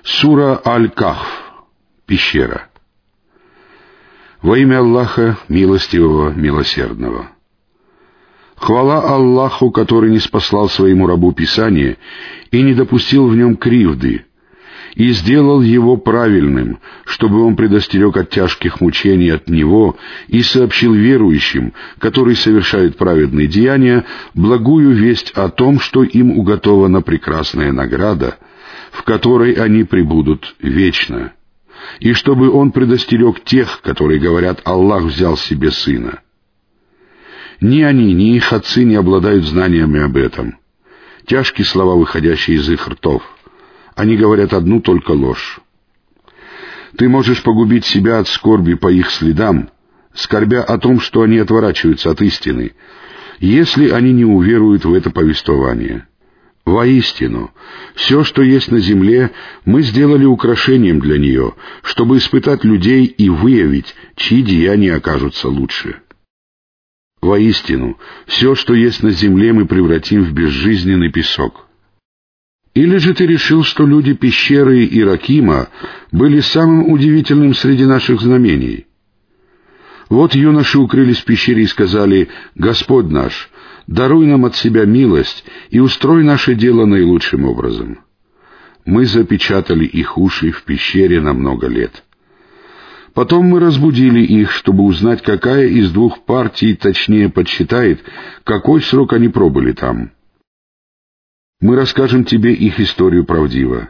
Сура Аль-Кахф. Пещера. Во имя Аллаха, милостивого, милосердного. Хвала Аллаху, который ниспослал своему рабу Писание и не допустил в нем кривды, и сделал его правильным, чтобы он предостерег от тяжких мучений от него и сообщил верующим, которые совершают праведные деяния, благую весть о том, что им уготована прекрасная награда, в которой они пребудут вечно, и чтобы он предостерег тех, которые говорят: «Аллах взял себе сына». Ни они, ни их отцы не обладают знаниями об этом. Тяжкие слова, выходящие из их ртов. Они говорят одну только ложь. Ты можешь погубить себя от скорби по их следам, скорбя о том, что они отворачиваются от истины, если они не уверуют в это повествование. Воистину, все, что есть на земле, мы сделали украшением для нее, чтобы испытать людей и выявить, чьи деяния окажутся лучше. Воистину, все, что есть на земле, мы превратим в безжизненный песок. Или же ты решил, что люди пещеры Иракима были самым удивительным среди наших знамений? Вот юноши укрылись в пещере и сказали: «Господь наш, даруй нам от себя милость и устрой наше дело наилучшим образом». Мы запечатали их уши в пещере на много лет. Потом мы разбудили их, чтобы узнать, какая из двух партий точнее подсчитает, какой срок они пробыли там. Мы расскажем тебе их историю правдиво.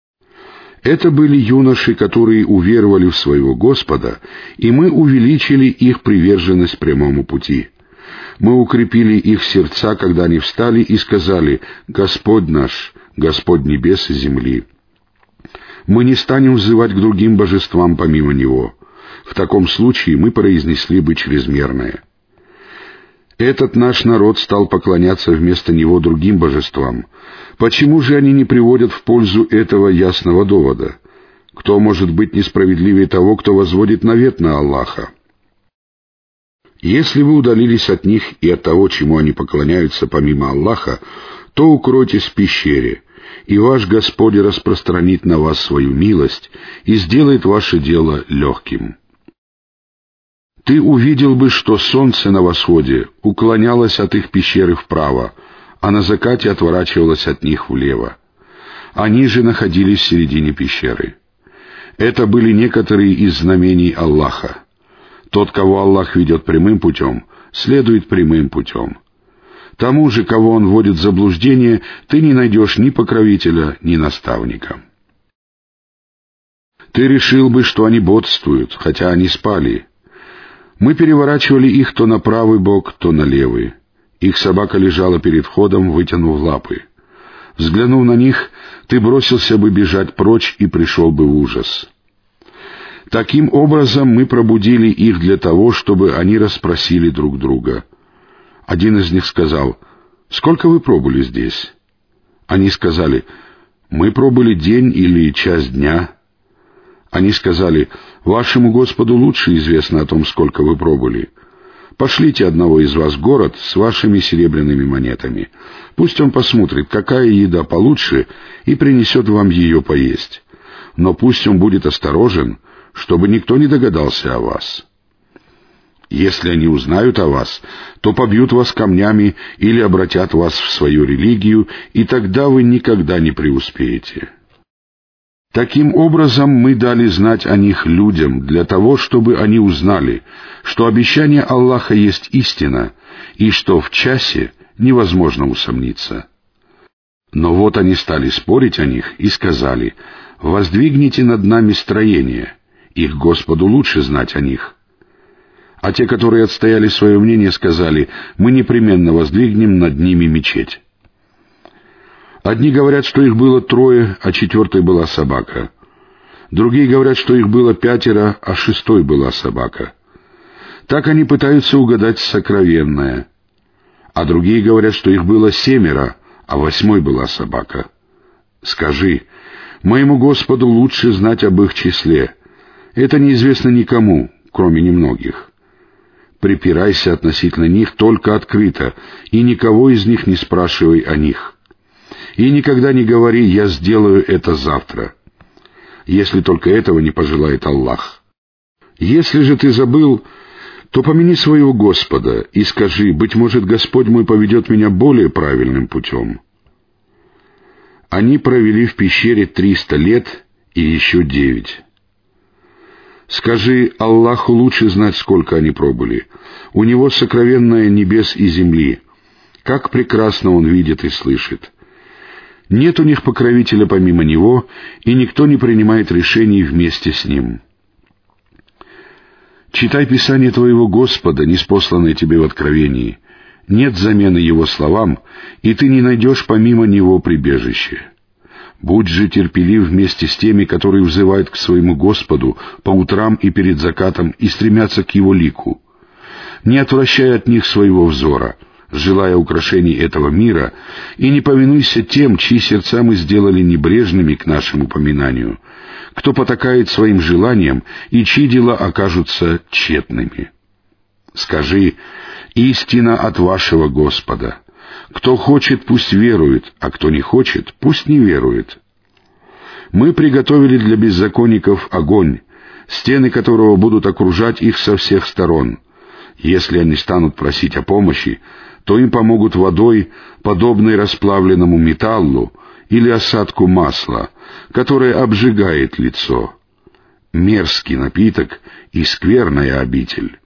Это были юноши, которые уверовали в своего Господа, и мы увеличили их приверженность прямому пути. Мы укрепили их сердца, когда они встали и сказали: «Господь наш, Господь небес и земли». Мы не станем взывать к другим божествам помимо Него. В таком случае мы произнесли бы чрезмерное. Этот наш народ стал поклоняться вместо Него другим божествам. Почему же они не приводят в пользу этого ясного довода? Кто может быть несправедливее того, кто возводит навет на Аллаха? Если вы удалились от них и от того, чему они поклоняются помимо Аллаха, то укройтесь в пещере, и ваш Господь распространит на вас свою милость и сделает ваше дело легким. Ты увидел бы, что солнце на восходе уклонялось от их пещеры вправо, а на закате отворачивалось от них влево. Они же находились в середине пещеры. Это были некоторые из знамений Аллаха. Тот, кого Аллах ведет прямым путем, следует прямым путем. Тому же, кого Он вводит в заблуждение, ты не найдешь ни покровителя, ни наставника. Ты решил бы, что они бодрствуют, хотя они спали. Мы переворачивали их то на правый бок, то на левый. Их собака лежала перед входом, вытянув лапы. Взглянув на них, ты бросился бы бежать прочь и пришел бы в ужас. Таким образом мы пробудили их для того, чтобы они расспросили друг друга. Один из них сказал: «Сколько вы пробыли здесь?» Они сказали: «Мы пробыли день или часть дня». Они сказали: «Вашему Господу лучше известно о том, сколько вы пробыли. Пошлите одного из вас в город с вашими серебряными монетами. Пусть он посмотрит, какая еда получше, и принесет вам ее поесть. Но пусть он будет осторожен, чтобы никто не догадался о вас. Если они узнают о вас, то побьют вас камнями или обратят вас в свою религию, и тогда вы никогда не преуспеете». Таким образом, мы дали знать о них людям, для того, чтобы они узнали, что обещание Аллаха есть истина, и что в часе невозможно усомниться. Но вот они стали спорить о них и сказали: «Воздвигните над нами строение, их Господу лучше знать о них». А те, которые отстояли свое мнение, сказали: «Мы непременно воздвигнем над ними мечеть». Одни говорят, что их было 3, а 4 была собака. Другие говорят, что их было 5, а 6 была собака. Так они пытаются угадать сокровенное. А другие говорят, что их было 7, а 8 была собака. Скажи: моему Господу лучше знать об их числе. Это неизвестно никому, кроме немногих. Припирайся относительно них только открыто, и никого из них не спрашивай о них. И никогда не говори: «Я сделаю это завтра». если только этого не пожелает Аллах. Если же ты забыл, то помяни своего Господа и скажи: быть может, Господь мой поведет меня более правильным путем. Они провели в пещере 300 лет и еще 9. Скажи: Аллаху лучше знать, сколько они пробыли. У Него сокровенное небес и земли. Как прекрасно Он видит и слышит. Нет у них покровителя помимо Него, и никто не принимает решений вместе с Ним. Читай Писание твоего Господа, ниспосланное тебе в откровении. Нет замены Его словам, и ты не найдешь помимо Него прибежище. Будь же терпелив вместе с теми, которые взывают к своему Господу по утрам и перед закатом и стремятся к Его лику. Не отвращай от них своего взора, желая украшений этого мира, и не повинуйся тем, чьи сердца мы сделали небрежными к нашему поминанию, кто потакает своим желаниям и чьи дела окажутся тщетными. Скажи: истина от вашего Господа. Кто хочет, пусть верует, а кто не хочет, пусть не верует. Мы приготовили для беззаконников огонь, стены которого будут окружать их со всех сторон. Если они станут просить о помощи, то им помогут водой, подобной расплавленному металлу, или осадку масла, которое обжигает лицо. Мерзкий напиток и скверная обитель.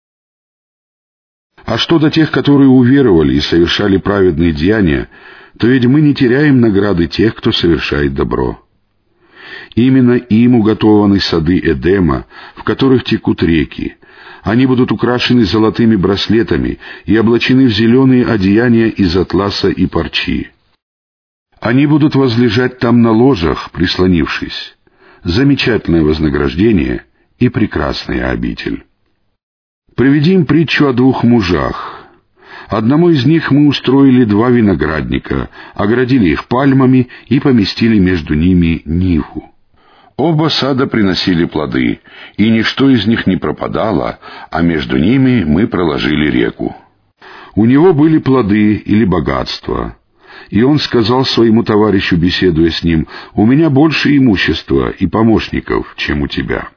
А что до тех, которые уверовали и совершали праведные деяния, то ведь мы не теряем награды тех, кто совершает добро. Именно им уготованы сады Эдема, в которых текут реки. Они будут украшены золотыми браслетами и облачены в зеленые одеяния из атласа и парчи. Они будут возлежать там на ложах, прислонившись. Замечательное вознаграждение и прекрасная обитель. Приведи им притчу о 2 мужах. Одному из них мы устроили 2 виноградника, оградили их пальмами и поместили между ними ниву. Оба сада приносили плоды, и ничто из них не пропадало, а между ними мы проложили реку. У него были плоды или богатства. И он сказал своему товарищу, беседуя с ним: «У меня больше имущества и помощников, чем у тебя».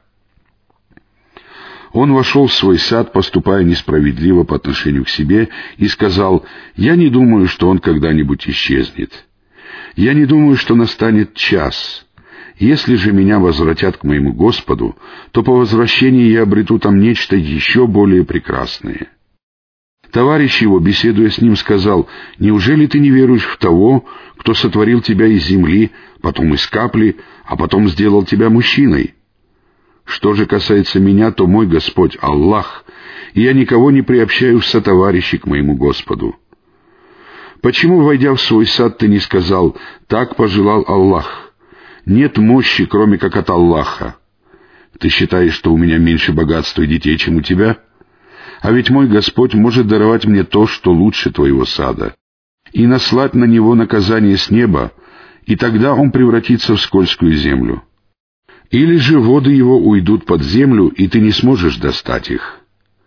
Он вошел в свой сад, поступая несправедливо по отношению к себе, и сказал: «Я не думаю, что он когда-нибудь исчезнет. Я не думаю, что настанет час. Если же меня возвратят к моему Господу, то по возвращении я обрету там нечто еще более прекрасное». Товарищ его, беседуя с ним, сказал: «Неужели ты не веруешь в того, кто сотворил тебя из земли, потом из капли, а потом сделал тебя мужчиной? Что же касается меня, то мой Господь — Аллах, и я никого не приобщаю в сотоварищи к моему Господу. Почему, войдя в свой сад, ты не сказал: так пожелал Аллах? Нет мощи, кроме как от Аллаха. Ты считаешь, что у меня меньше богатства и детей, чем у тебя? А ведь мой Господь может даровать мне то, что лучше твоего сада, и наслать на него наказание с неба, и тогда он превратится в скользкую землю. Или же воды его уйдут под землю, и ты не сможешь достать их».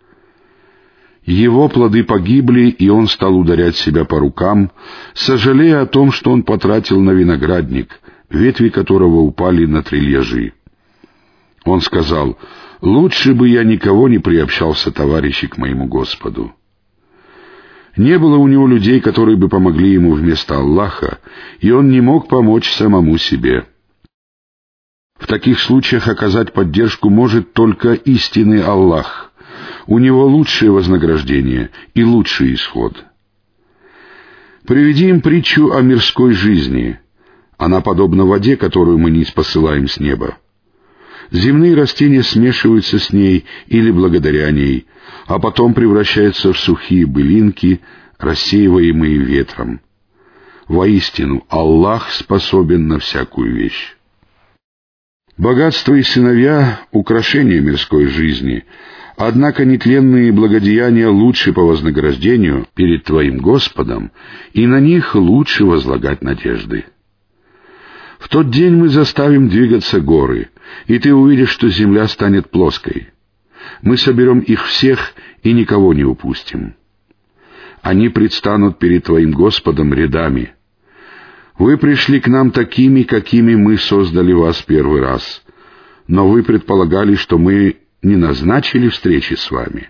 Его плоды погибли, и он стал ударять себя по рукам, сожалея о том, что он потратил на виноградник, ветви которого упали на трильяжи. Он сказал: «Лучше бы я никого не приобщался, товарищи, к моему Господу». Не было у него людей, которые бы помогли ему вместо Аллаха, и он не мог помочь самому себе. В таких случаях оказать поддержку может только истинный Аллах. У него лучшее вознаграждение и лучший исход. Приведи им притчу о мирской жизни. Она подобна воде, которую мы ниспосылаем с неба. Земные растения смешиваются с ней или благодаря ней, а потом превращаются в сухие былинки, рассеиваемые ветром. Воистину, Аллах способен на всякую вещь. Богатство и сыновья — украшения мирской жизни, однако нетленные благодеяния лучше по вознаграждению перед твоим Господом, и на них лучше возлагать надежды. В тот день мы заставим двигаться горы, и ты увидишь, что земля станет плоской. Мы соберем их всех и никого не упустим. Они предстанут перед твоим Господом рядами. Вы пришли к нам такими, какими мы создали вас первый раз, но вы предполагали, что мы не назначили встречи с вами.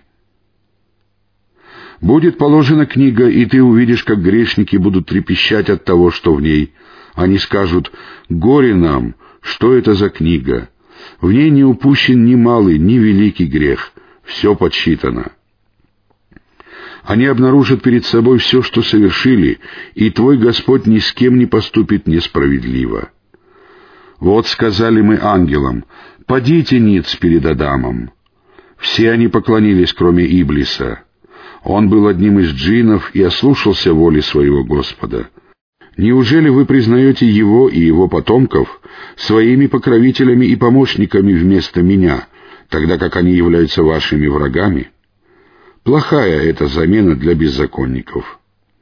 Будет положена книга, и ты увидишь, как грешники будут трепещать от того, что в ней. Они скажут: «Горе нам! Что это за книга? В ней не упущен ни малый, ни великий грех. Все подсчитано». Они обнаружат перед собой все, что совершили, и твой Господь ни с кем не поступит несправедливо. Вот сказали мы ангелам: «Падите ниц перед Адамом». Все они поклонились, кроме Иблиса. Он был одним из джиннов и ослушался воли своего Господа. Неужели вы признаете его и его потомков своими покровителями и помощниками вместо меня, тогда как они являются вашими врагами? Плохая эта замена для беззаконников.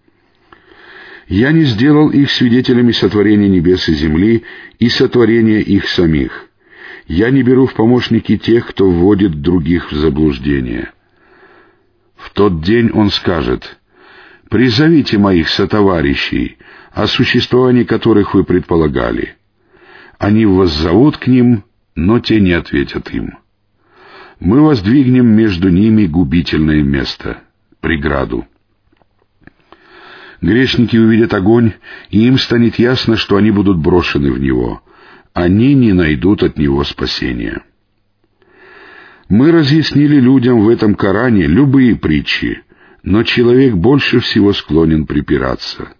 Я не сделал их свидетелями сотворения небес и земли и сотворения их самих. Я не беру в помощники тех, кто вводит других в заблуждение. В тот день он скажет: «Призовите моих сотоварищей, о существовании которых вы предполагали». Они воззовут к ним, но те не ответят им. Мы воздвигнем между ними губительное место, преграду. Грешники увидят огонь, и им станет ясно, что они будут брошены в него. Они не найдут от него спасения. Мы разъяснили людям в этом Коране любые притчи, но человек больше всего склонен припираться.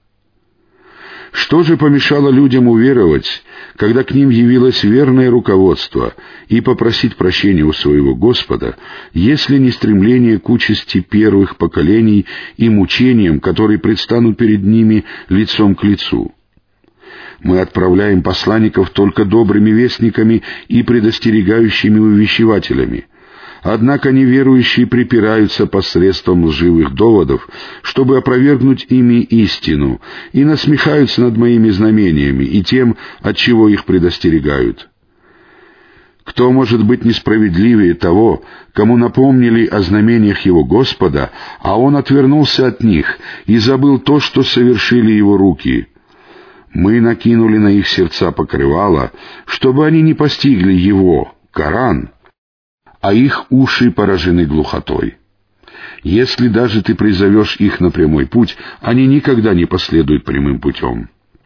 Что же помешало людям уверовать, когда к ним явилось верное руководство, и попросить прощения у своего Господа, если не стремление к участи первых поколений и мучениям, которые предстанут перед ними лицом к лицу? Мы отправляем посланников только добрыми вестниками и предостерегающими увещевателями. Однако неверующие припираются посредством лживых доводов, чтобы опровергнуть ими истину, и насмехаются над моими знамениями и тем, от чего их предостерегают. Кто может быть несправедливее того, кому напомнили о знамениях его Господа, а он отвернулся от них и забыл то, что совершили его руки? Мы накинули на их сердца покрывало, чтобы они не постигли его, Коран, а их уши поражены глухотой. Если даже ты призовешь их на прямой путь, они никогда не последуют прямым путем.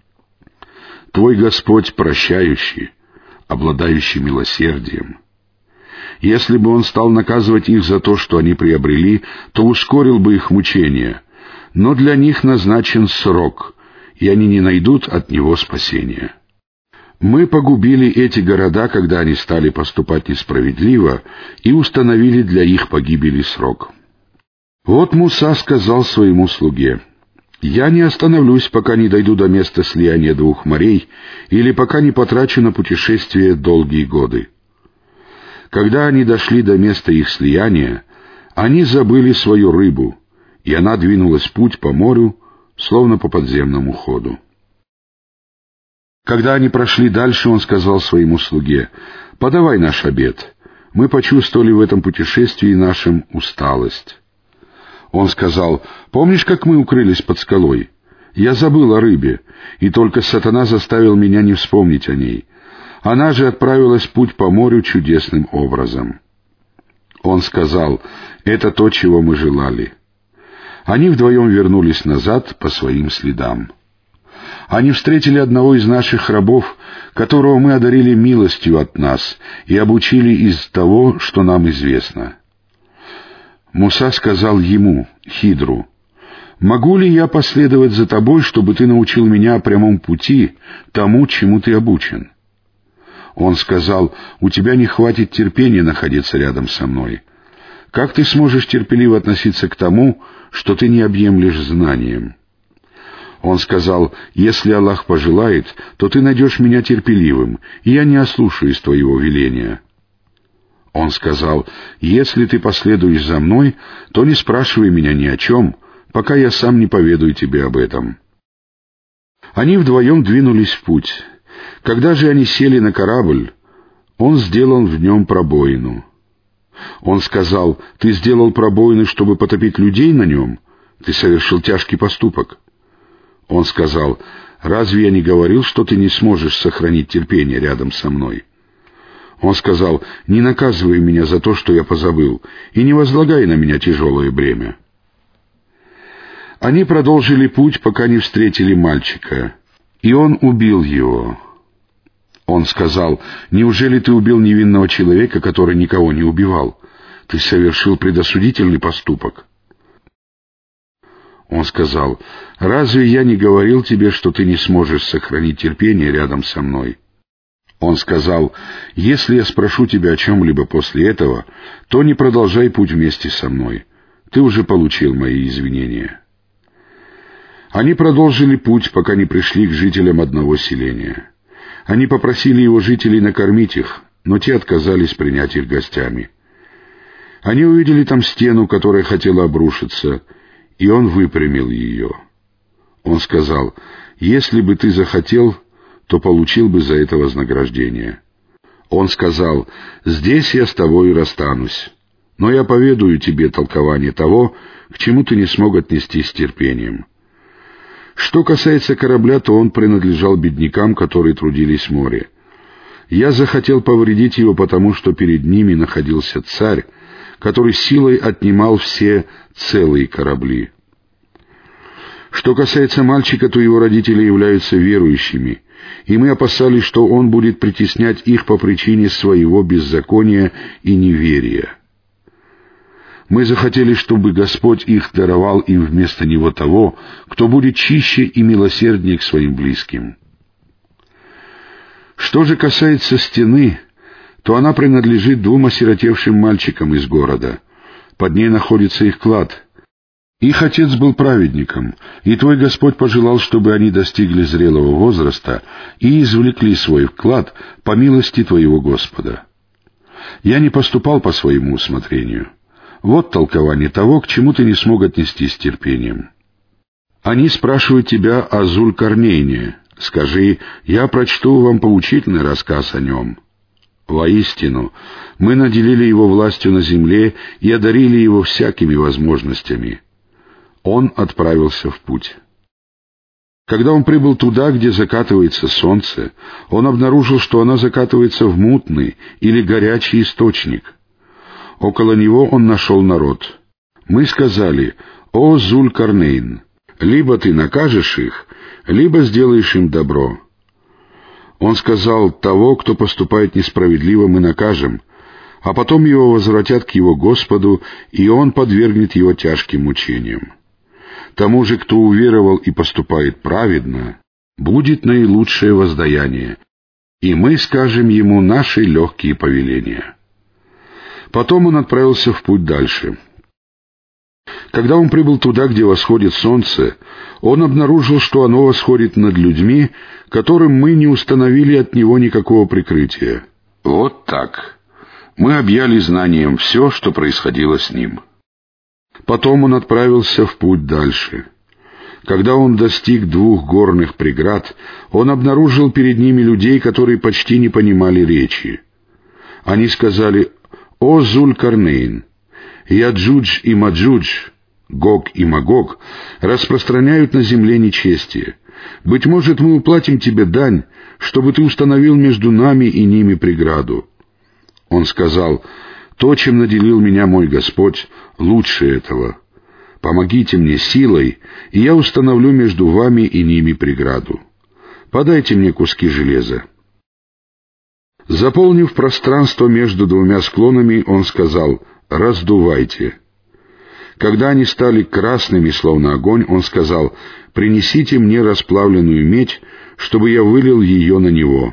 Твой Господь прощающий, обладающий милосердием. Если бы Он стал наказывать их за то, что они приобрели, то ускорил бы их мучения, но для них назначен срок, и они не найдут от Него спасения. Мы погубили эти города, когда они стали поступать несправедливо, и установили для их погибели срок. Вот Муса сказал своему слуге: «Я не остановлюсь, пока не дойду до места слияния двух морей, или пока не потрачу на путешествие долгие годы». Когда они дошли до места их слияния, они забыли свою рыбу, и она двинулась в путь по морю, словно по подземному ходу. Когда они прошли дальше, он сказал своему слуге: «Подавай наш обед. Мы почувствовали в этом путешествии нашим усталость». Он сказал: «Помнишь, как мы укрылись под скалой? Я забыл о рыбе, и только сатана заставил меня не вспомнить о ней. Она же отправилась в путь по морю чудесным образом». Он сказал: «Это то, чего мы желали». Они вдвоем вернулись назад по своим следам. Они встретили одного из наших рабов, которого мы одарили милостью от нас и обучили из того, что нам известно. Муса сказал ему, Хидру: «Могу ли я последовать за тобой, чтобы ты научил меня о прямом пути, тому, чему ты обучен?» Он сказал: «У тебя не хватит терпения находиться рядом со мной. Как ты сможешь терпеливо относиться к тому, что ты не объемлешь знанием?» Он сказал: «Если Аллах пожелает, то ты найдешь меня терпеливым, и я не ослушаюсь твоего веления». Он сказал: «Если ты последуешь за мной, то не спрашивай меня ни о чем, пока я сам не поведаю тебе об этом». Они вдвоем двинулись в путь. Когда же они сели на корабль, он сделал в нем пробоину. Он сказал: «Ты сделал пробоины, чтобы потопить людей на нем? Ты совершил тяжкий поступок». Он сказал: разве я не говорил, что ты не сможешь сохранить терпение рядом со мной?» Он сказал: «Не наказывай меня за то, что я позабыл, и не возлагай на меня тяжелое бремя». Они продолжили путь, пока не встретили мальчика, и он убил его. Он сказал: «Неужели ты убил невинного человека, который никого не убивал? Ты совершил предосудительный поступок». Он сказал: «Разве я не говорил тебе, что ты не сможешь сохранить терпение рядом со мной?» Он сказал: «Если я спрошу тебя о чем-либо после этого, то не продолжай путь вместе со мной. Ты уже получил мои извинения». Они продолжили путь, пока не пришли к жителям одного селения. Они попросили его жителей накормить их, но те отказались принять их гостями. Они увидели там стену, которая хотела обрушиться, и он выпрямил ее. Он сказал: «Если бы ты захотел, то получил бы за это вознаграждение». Он сказал: «Здесь я с тобой расстанусь, но я поведаю тебе толкование того, к чему ты не смог отнестись с терпением». Что касается корабля, то он принадлежал беднякам, которые трудились в море. Я захотел повредить его, потому что перед ними находился царь, который силой отнимал все целые корабли. Что касается мальчика, то его родители являются верующими, и мы опасались, что он будет притеснять их по причине своего беззакония и неверия. Мы захотели, чтобы Господь их даровал им вместо него того, кто будет чище и милосерднее к своим близким. Что же касается стены, то она принадлежит двум осиротевшим мальчикам из города. Под ней находится их клад. Их отец был праведником, и твой Господь пожелал, чтобы они достигли зрелого возраста и извлекли свой вклад по милости твоего Господа. Я не поступал по своему усмотрению. Вот толкование того, к чему ты не смог отнестись с терпением. Они спрашивают тебя о Зуль-Карнейне. Скажи: я прочту вам поучительный рассказ о нем. Воистину, мы наделили его властью на земле и одарили его всякими возможностями. Он отправился в путь. Когда он прибыл туда, где закатывается солнце, он обнаружил, что оно закатывается в мутный или горячий источник. Около него он нашел народ. Мы сказали: «О Зуль-Карнейн, либо ты накажешь их, либо сделаешь им добро». Он сказал: «Того, кто поступает несправедливо, мы накажем, а потом его возвратят к его Господу, и он подвергнет его тяжким мучениям. Тому же, кто уверовал и поступает праведно, будет наилучшее воздаяние, и мы скажем ему наши легкие повеления». Потом он отправился в путь дальше. Когда он прибыл туда, где восходит солнце, он обнаружил, что оно восходит над людьми, которым мы не установили от него никакого прикрытия. Вот так. Мы объяли знанием все, что происходило с ним. Потом он отправился в путь дальше. Когда он достиг двух горных преград, он обнаружил перед ними людей, которые почти не понимали речи. Они сказали: «О Зуль-Карнейн, Яджудж и Маджудж, Гог и Магог распространяют на земле нечестие. Быть может, мы уплатим тебе дань, чтобы ты установил между нами и ними преграду». Он сказал: «То, чем наделил меня мой Господь, лучше этого. Помогите мне силой, и я установлю между вами и ними преграду. Подайте мне куски железа». Заполнив пространство между двумя склонами, он сказал: «Раздувайте». Когда они стали красными, словно огонь, он сказал: «Принесите мне расплавленную медь, чтобы я вылил ее на него».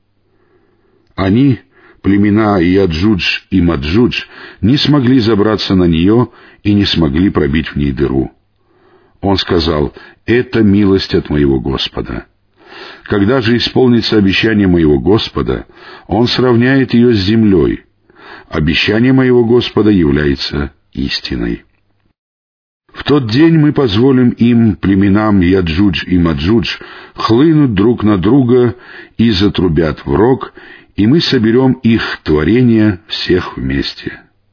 Они, племена Яджудж и Маджудж, не смогли забраться на нее и не смогли пробить в ней дыру. Он сказал: «Это милость от моего Господа. Когда же исполнится обещание моего Господа, Он сравняет ее с землей. Обещание моего Господа является истиной». В тот день мы позволим им, племенам Яджудж и Маджудж, хлынуть друг на друга и затрубят в рог, и мы соберем их творения всех вместе.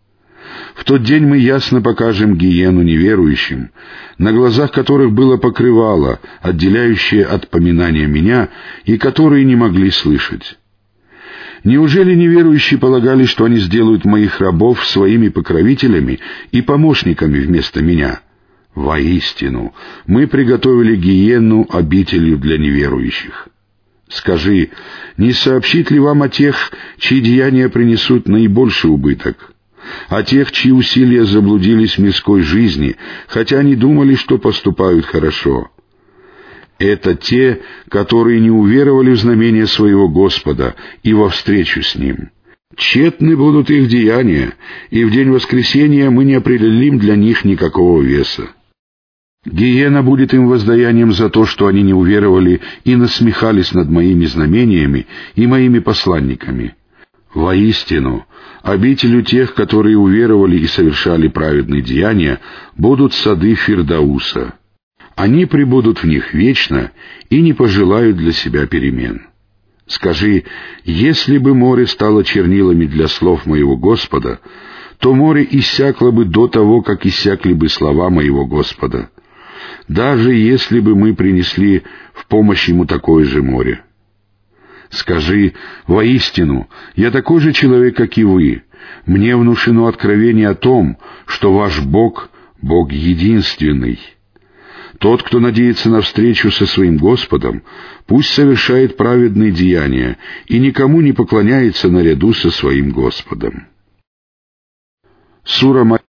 В тот день мы ясно покажем гиену неверующим, на глазах которых было покрывало, отделяющее от поминания Меня, и которые не могли слышать. Неужели неверующие полагали, что они сделают моих рабов своими покровителями и помощниками вместо Меня? Воистину, мы приготовили гиену обителью для неверующих. Скажи, не сообщит ли вам о тех, чьи деяния принесут наибольший убыток? О тех, чьи усилия заблудились в мирской жизни, хотя они думали, что поступают хорошо? Это те, которые не уверовали в знамение своего Господа и во встречу с Ним. Тщетны будут их деяния, и в день воскресения мы не определим для них никакого веса. Гиена будет им воздаянием за то, что они не уверовали и насмехались над моими знамениями и моими посланниками. Воистину, обителью тех, которые уверовали и совершали праведные деяния, будут сады Фирдауса. Они пребудут в них вечно и не пожелают для себя перемен. Скажи, если бы море стало чернилами для слов моего Господа, то море иссякло бы до того, как иссякли бы слова моего Господа, даже если бы мы принесли в помощь ему такое же море. Скажи, воистину, я такой же человек, как и вы. Мне внушено откровение о том, что ваш Бог — Бог единственный. Тот, кто надеется на встречу со своим Господом, пусть совершает праведные деяния и никому не поклоняется наряду со своим Господом. Сура